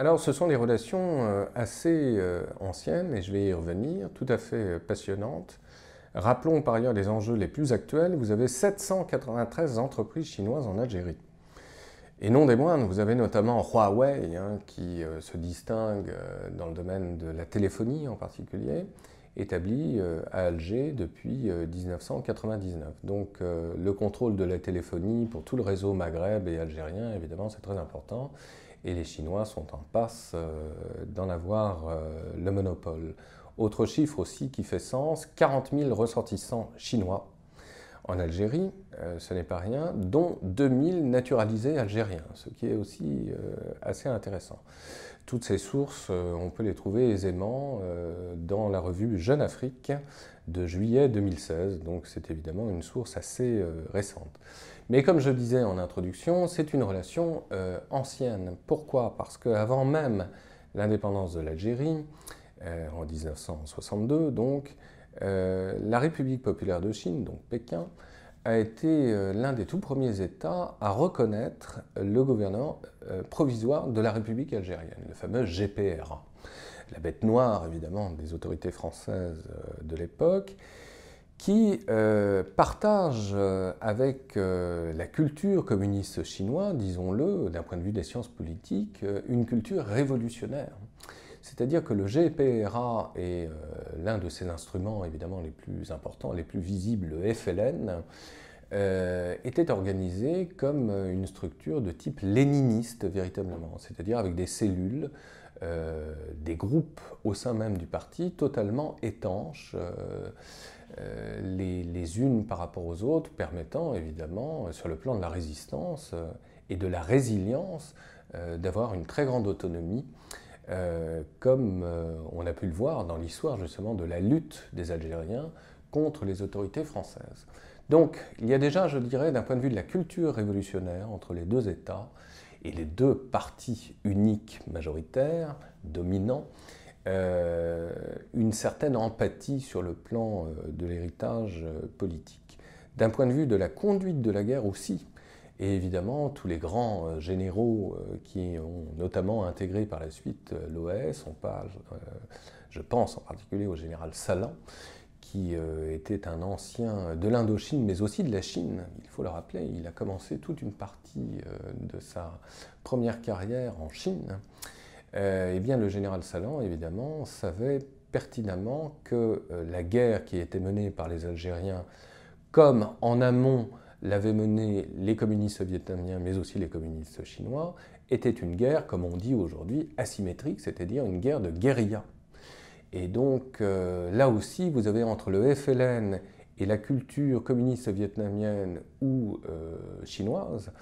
Alors, ce sont des relations assez anciennes, et je vais y revenir, tout à fait passionnantes. Rappelons par ailleurs les enjeux les plus actuels. Vous avez 793 entreprises chinoises en Algérie. Et non des moindres, vous avez notamment Huawei, qui se distingue dans le domaine de la téléphonie en particulier, établi à Alger depuis 1999. Donc le contrôle de la téléphonie pour tout le réseau Maghreb et algérien, évidemment, c'est très important. Et les Chinois sont en passe d'en avoir le monopole. Autre chiffre aussi qui fait sens, 40 000 ressortissants chinois en Algérie, ce n'est pas rien, dont 2000 naturalisés algériens, ce qui est aussi assez intéressant. Toutes ces sources, on peut les trouver aisément dans la revue Jeune Afrique de juillet 2016, donc c'est évidemment une source assez récente. Mais comme je disais en introduction, c'est une relation ancienne. Pourquoi? Parce qu'avant même l'indépendance de l'Algérie, en 1962 donc, la République populaire de Chine, donc Pékin, a été l'un des tout premiers États à reconnaître le gouvernement provisoire de la République algérienne, le fameux GPRA. La bête noire, évidemment, des autorités françaises de l'époque, qui partage avec la culture communiste chinoise, disons-le, d'un point de vue des sciences politiques, une culture révolutionnaire. C'est-à-dire que le GPRA est l'un de ces instruments évidemment les plus importants, les plus visibles, le FLN, était organisé comme une structure de type léniniste véritablement, c'est-à-dire avec des cellules, des groupes au sein même du parti totalement étanches, les unes par rapport aux autres, permettant évidemment, sur le plan de la résistance et de la résilience, d'avoir une très grande autonomie. Comme on a pu le voir dans l'histoire justement de la lutte des Algériens contre les autorités françaises. Donc il y a déjà, je dirais, d'un point de vue de la culture révolutionnaire entre les deux États et les deux partis uniques majoritaires, dominants, une certaine empathie sur le plan de l'héritage politique. D'un point de vue de la conduite de la guerre aussi, et évidemment, tous les grands généraux qui ont notamment intégré par la suite l'OAS, je pense en particulier au général Salan, qui était un ancien de l'Indochine, mais aussi de la Chine, il faut le rappeler, il a commencé toute une partie de sa première carrière en Chine. Eh bien, le général Salan, évidemment, savait pertinemment que la guerre qui était menée par les Algériens, comme en amont l'avaient menée les communistes vietnamiens, mais aussi les communistes chinois, était une guerre, comme on dit aujourd'hui, asymétrique, c'est-à-dire une guerre de guérilla. Et donc, là aussi, vous avez entre le FLN et la culture communiste vietnamienne ou chinoise,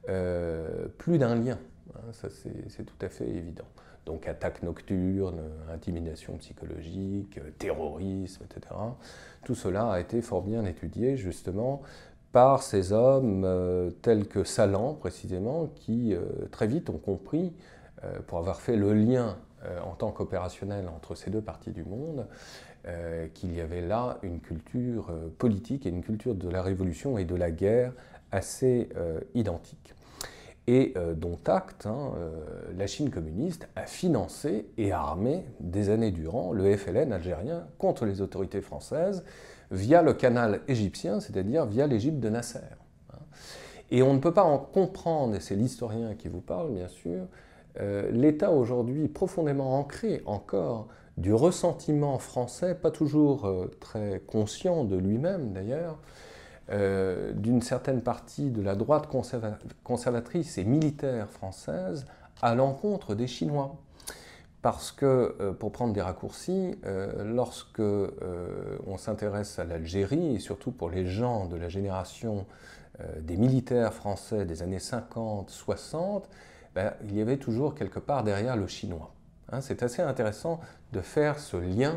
plus d'un lien. Ça, c'est tout à fait évident. Donc, attaques nocturnes, intimidation psychologique, terrorisme, etc. Tout cela a été fort bien étudié, justement, par ces hommes tels que Salan, précisément, qui très vite ont compris, pour avoir fait le lien en tant qu'opérationnel entre ces deux parties du monde, qu'il y avait là une culture politique et une culture de la révolution et de la guerre assez identiques. Et dont acte, la Chine communiste a financé et armé des années durant le FLN algérien contre les autorités françaises via le canal égyptien, c'est-à-dire via l'Égypte de Nasser. Et on ne peut pas en comprendre, et c'est l'historien qui vous parle bien sûr, l'état aujourd'hui profondément ancré encore du ressentiment français, pas toujours très conscient de lui-même d'ailleurs, d'une certaine partie de la droite conservatrice et militaire française à l'encontre des Chinois. Parce que, pour prendre des raccourcis, lorsque on s'intéresse à l'Algérie, et surtout pour les gens de la génération des militaires français des années 50-60, il y avait toujours quelque part derrière le chinois. C'est assez intéressant de faire ce lien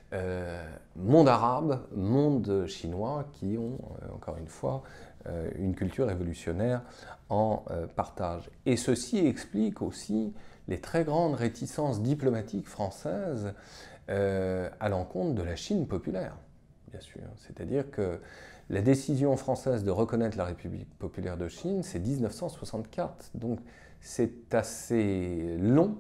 monde arabe, monde chinois, qui ont, encore une fois, une culture révolutionnaire en partage. Et ceci explique aussi les très grandes réticences diplomatiques françaises à l'encontre de la Chine populaire, bien sûr. C'est-à-dire que La décision française de reconnaître la République populaire de Chine, c'est 1964. Donc c'est assez long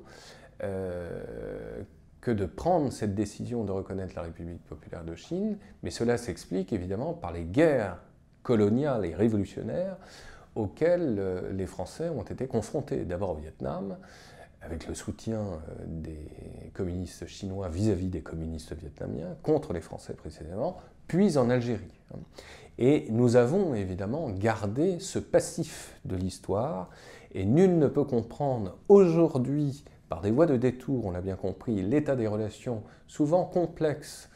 que de prendre cette décision de reconnaître la République populaire de Chine, mais cela s'explique évidemment par les guerres coloniales et révolutionnaires auxquelles les Français ont été confrontés. D'abord au Vietnam, avec le soutien des communistes chinois vis-à-vis des communistes vietnamiens, contre les Français précisément, puis en Algérie. Et nous avons évidemment gardé ce passif de l'histoire, et nul ne peut comprendre aujourd'hui, par des voies de détour, on l'a bien compris, l'état des relations souvent complexes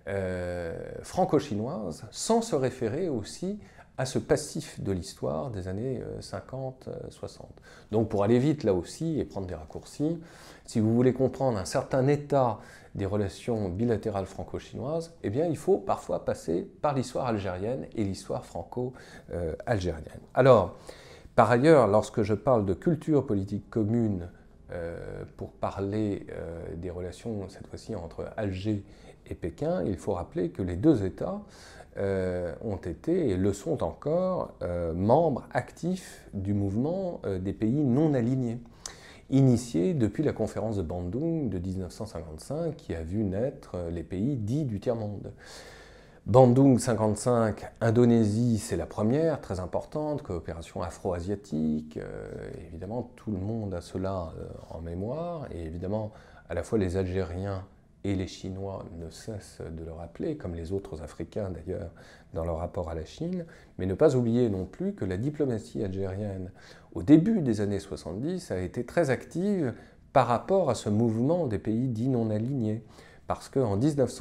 franco-chinoises, sans se référer aussi à ce passif de l'histoire des années 50-60. Donc pour aller vite là aussi et prendre des raccourcis, si vous voulez comprendre un certain état des relations bilatérales franco-chinoises, eh bien il faut parfois passer par l'histoire algérienne et l'histoire franco-algérienne. Alors, par ailleurs, lorsque je parle de culture politique commune pour parler des relations, cette fois-ci, entre Alger et Pékin, il faut rappeler que les deux États ont été et le sont encore membres actifs du mouvement des pays non alignés, initié depuis la conférence de Bandung de 1955 qui a vu naître les pays dits du tiers-monde. Bandung 55, Indonésie, c'est la première, très importante, coopération afro-asiatique, évidemment tout le monde a cela en mémoire, et évidemment à la fois les Algériens et les Chinois ne cessent de le rappeler, comme les autres Africains d'ailleurs, dans leur rapport à la Chine, mais ne pas oublier non plus que la diplomatie algérienne, au début des années 70, a été très active par rapport à ce mouvement des pays dits non alignés, parce qu'en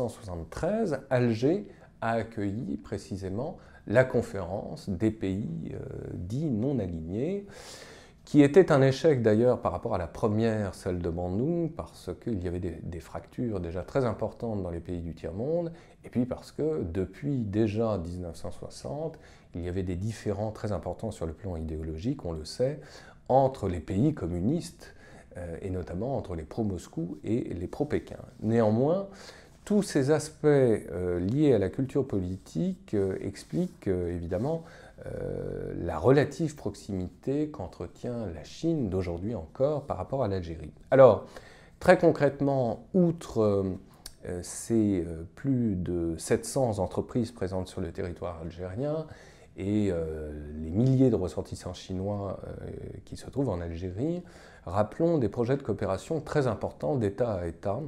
1973, Alger a accueilli précisément la conférence des pays dits non alignés, qui était un échec d'ailleurs par rapport à la première, celle de Bandung, parce qu'il y avait des fractures déjà très importantes dans les pays du tiers-monde, et puis parce que depuis déjà 1960, il y avait des différends très importants sur le plan idéologique, on le sait, entre les pays communistes, et notamment entre les pro-Moscou et les pro-Pékin. Néanmoins, tous ces aspects liés à la culture politique expliquent évidemment la relative proximité qu'entretient la Chine d'aujourd'hui encore par rapport à l'Algérie. Alors, très concrètement, outre ces plus de 700 entreprises présentes sur le territoire algérien et les milliers de ressortissants chinois qui se trouvent en Algérie, rappelons des projets de coopération très importants d'État à État,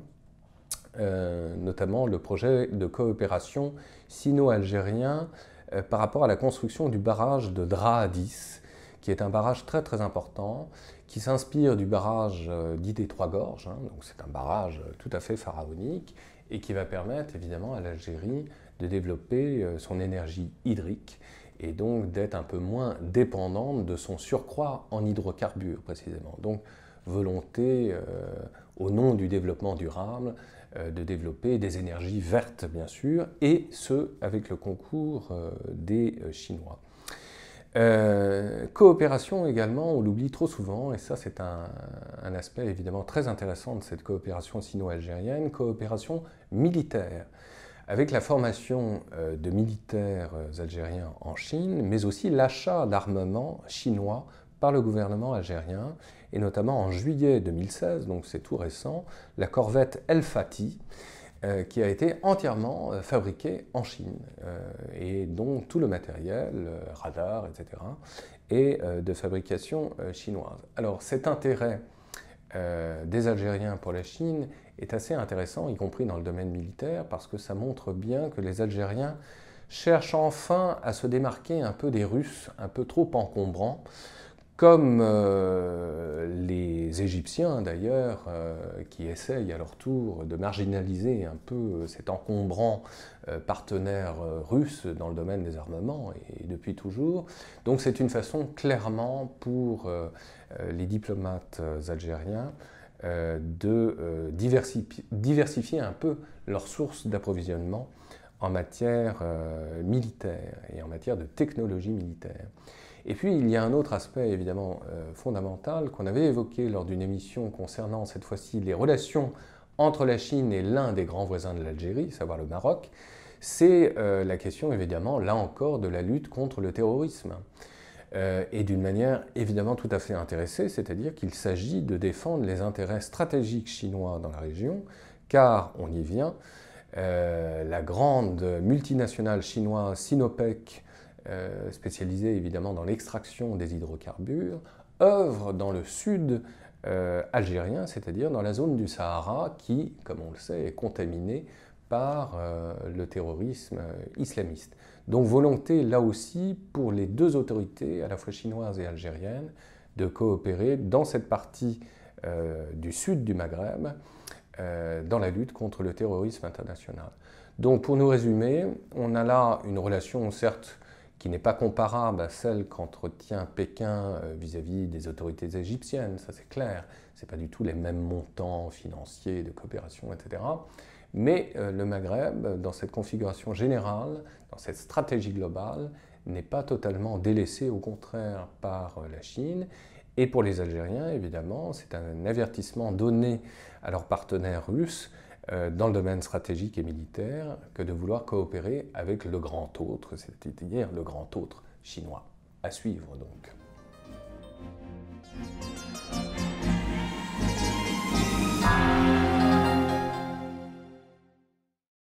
notamment le projet de coopération sino-algérien par rapport à la construction du barrage de Draa 10, qui est un barrage très très important, qui s'inspire du barrage dit des Trois Gorges, donc c'est un barrage tout à fait pharaonique, et qui va permettre évidemment à l'Algérie de développer son énergie hydrique, et donc d'être un peu moins dépendante de son surcroît en hydrocarbures précisément. Donc volonté, au nom du développement durable, de développer des énergies vertes, bien sûr, et ce, avec le concours des Chinois. Coopération également, on l'oublie trop souvent, et ça c'est un aspect évidemment très intéressant de cette coopération sino-algérienne, coopération militaire, avec la formation de militaires algériens en Chine, mais aussi l'achat d'armements chinois par le gouvernement algérien, et notamment en juillet 2016, donc c'est tout récent, la corvette El Fati, qui a été entièrement fabriquée en Chine, et dont tout le matériel, radar, etc., est de fabrication chinoise. Alors cet intérêt des Algériens pour la Chine est assez intéressant, y compris dans le domaine militaire, parce que ça montre bien que les Algériens cherchent enfin à se démarquer un peu des Russes, un peu trop encombrants, comme les Égyptiens d'ailleurs, qui essayent à leur tour de marginaliser un peu cet encombrant partenaire russe dans le domaine des armements, et depuis toujours. Donc c'est une façon clairement pour les diplomates algériens de diversifier un peu leurs sources d'approvisionnement en matière militaire et en matière de technologie militaire. Et puis il y a un autre aspect évidemment fondamental qu'on avait évoqué lors d'une émission concernant cette fois-ci les relations entre la Chine et l'un des grands voisins de l'Algérie, à savoir le Maroc, c'est la question évidemment, là encore, de la lutte contre le terrorisme. Et d'une manière évidemment tout à fait intéressée, c'est-à-dire qu'il s'agit de défendre les intérêts stratégiques chinois dans la région, car, on y vient, la grande multinationale chinoise Sinopec, spécialisée évidemment dans l'extraction des hydrocarbures, œuvre dans le sud algérien, c'est-à-dire dans la zone du Sahara qui, comme on le sait, est contaminée par le terrorisme islamiste. Donc volonté là aussi pour les deux autorités, à la fois chinoises et algériennes, de coopérer dans cette partie du sud du Maghreb dans la lutte contre le terrorisme international. Donc pour nous résumer, on a là une relation certes qui n'est pas comparable à celle qu'entretient Pékin vis-à-vis des autorités égyptiennes, ça c'est clair, ce n'est pas du tout les mêmes montants financiers de coopération, etc. Mais le Maghreb, dans cette configuration générale, dans cette stratégie globale, n'est pas totalement délaissé, au contraire, par la Chine. Et pour les Algériens, évidemment, c'est un avertissement donné à leurs partenaires russes dans le domaine stratégique et militaire que de vouloir coopérer avec le grand autre, c'est-à-dire le grand autre chinois. À suivre donc.